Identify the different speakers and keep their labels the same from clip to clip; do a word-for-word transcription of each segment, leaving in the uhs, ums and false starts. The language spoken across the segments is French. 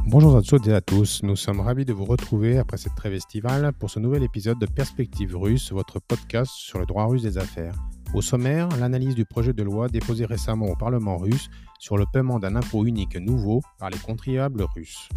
Speaker 1: Bonjour à toutes et à tous, nous sommes ravis de vous retrouver après cette trêve estivale pour ce nouvel épisode de Perspective Russe, votre podcast sur le droit russe des affaires. Au sommaire, l'analyse du projet de loi déposé récemment au Parlement russe sur le paiement d'un impôt unique nouveau par les contribuables russes.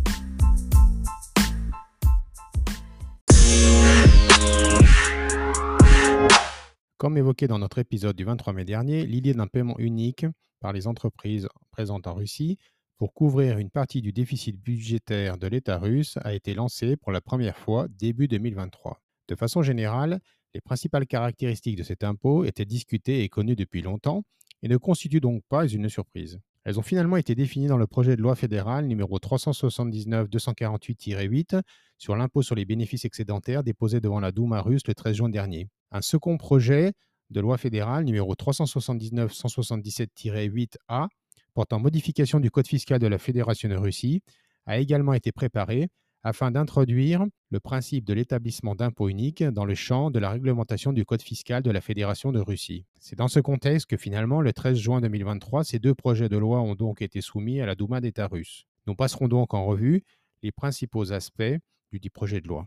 Speaker 1: Comme évoqué dans notre épisode du vingt-trois mai dernier, l'idée d'un paiement unique par les entreprises présentes en Russie pour couvrir une partie du déficit budgétaire de l'État russe a été lancée pour la première fois début deux mille vingt-trois. De façon générale, les principales caractéristiques de cet impôt étaient discutées et connues depuis longtemps et ne constituent donc pas une surprise. Elles ont finalement été définies dans le projet de loi fédéral numéro trois cent soixante-dix-neuf deux cent quarante-huit tiret huit sur l'impôt sur les bénéfices excédentaires déposé devant la Douma russe le treize juin dernier. Un second projet de loi fédérale numéro trois cent soixante-dix-neuf cent soixante-dix-sept tiret huit A portant modification du code fiscal de la Fédération de Russie a également été préparé afin d'introduire le principe de l'établissement d'impôt unique dans le champ de la réglementation du code fiscal de la Fédération de Russie. C'est dans ce contexte que finalement, le treize juin deux mille vingt-trois, ces deux projets de loi ont donc été soumis à la Douma d'État russe. Nous passerons donc en revue les principaux aspects du dit projet de loi.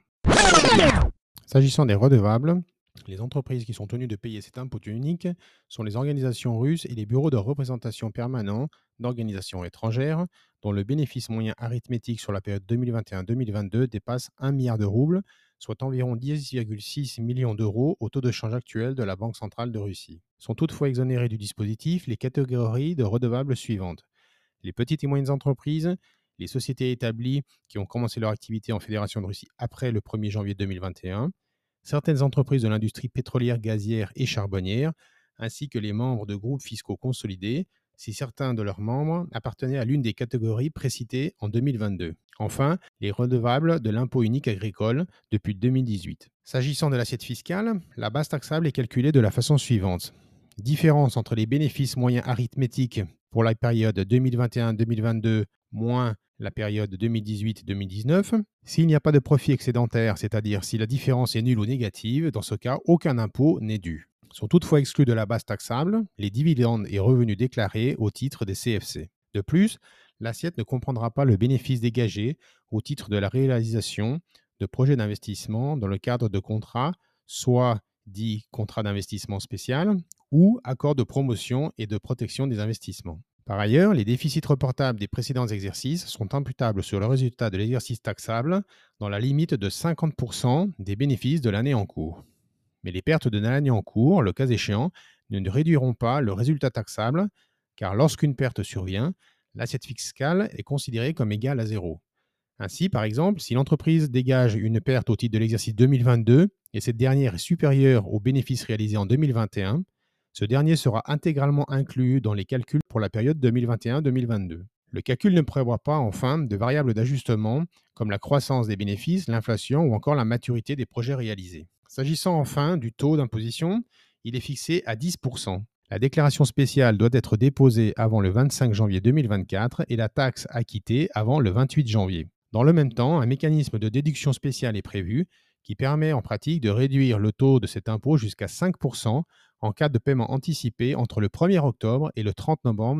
Speaker 1: S'agissant des redevables, les entreprises qui sont tenues de payer cet impôt unique sont les organisations russes et les bureaux de représentation permanents d'organisations étrangères dont le bénéfice moyen arithmétique sur la période deux mille vingt et un deux mille vingt-deux dépasse un milliard de roubles, soit environ dix virgule six millions d'euros au taux de change actuel de la Banque centrale de Russie. Sont toutefois exonérées du dispositif les catégories de redevables suivantes: les petites et moyennes entreprises, les sociétés établies qui ont commencé leur activité en Fédération de Russie après le premier janvier deux mille vingt et un, certaines entreprises de l'industrie pétrolière, gazière et charbonnière, ainsi que les membres de groupes fiscaux consolidés, si certains de leurs membres appartenaient à l'une des catégories précitées en deux mille vingt-deux. Enfin, les redevables de l'impôt unique agricole depuis deux mille dix-huit. S'agissant de l'assiette fiscale, la base taxable est calculée de la façon suivante. Différence entre les bénéfices moyens arithmétiques pour la période deux mille vingt et un deux mille vingt-deux moins la période deux mille dix-huit deux mille dix-neuf. S'il n'y a pas de profit excédentaire, c'est-à-dire si la différence est nulle ou négative, dans ce cas, aucun impôt n'est dû. Sont toutefois exclus de la base taxable les dividendes et revenus déclarés au titre des C F C. De plus, l'assiette ne comprendra pas le bénéfice dégagé au titre de la réalisation de projets d'investissement dans le cadre de contrats, soit dit contrat d'investissement spécial, ou accord de promotion et de protection des investissements. Par ailleurs, les déficits reportables des précédents exercices sont imputables sur le résultat de l'exercice taxable dans la limite de cinquante pour cent des bénéfices de l'année en cours. Mais les pertes de l'année en cours, le cas échéant, ne réduiront pas le résultat taxable, car lorsqu'une perte survient, l'assiette fiscale est considérée comme égale à zéro. Ainsi, par exemple, si l'entreprise dégage une perte au titre de l'exercice deux mille vingt-deux et cette dernière est supérieure aux bénéfices réalisés en deux mille vingt et un, ce dernier sera intégralement inclus dans les calculs pour la période deux mille vingt et un deux mille vingt-deux. Le calcul ne prévoit pas, enfin, de variables d'ajustement comme la croissance des bénéfices, l'inflation ou encore la maturité des projets réalisés. S'agissant enfin du taux d'imposition, il est fixé à dix pour cent. La déclaration spéciale doit être déposée avant le vingt-cinq janvier deux mille vingt-quatre et la taxe acquittée avant le vingt-huit janvier. Dans le même temps, un mécanisme de déduction spéciale est prévu qui permet en pratique de réduire le taux de cet impôt jusqu'à cinq pour cent en cas de paiement anticipé entre le premier octobre et le trente novembre.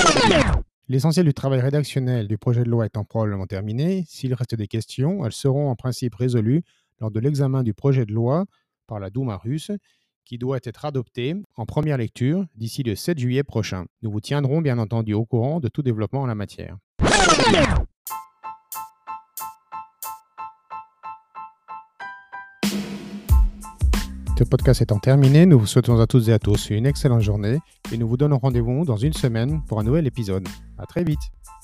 Speaker 1: L'essentiel du travail rédactionnel du projet de loi étant probablement terminé, s'il reste des questions, elles seront en principe résolues lors de l'examen du projet de loi par la Douma russe, qui doit être adopté en première lecture d'ici le sept juillet prochain. Nous vous tiendrons bien entendu au courant de tout développement en la matière. Ce podcast étant terminé, nous vous souhaitons à toutes et à tous une excellente journée et nous vous donnons rendez-vous dans une semaine pour un nouvel épisode. À très vite.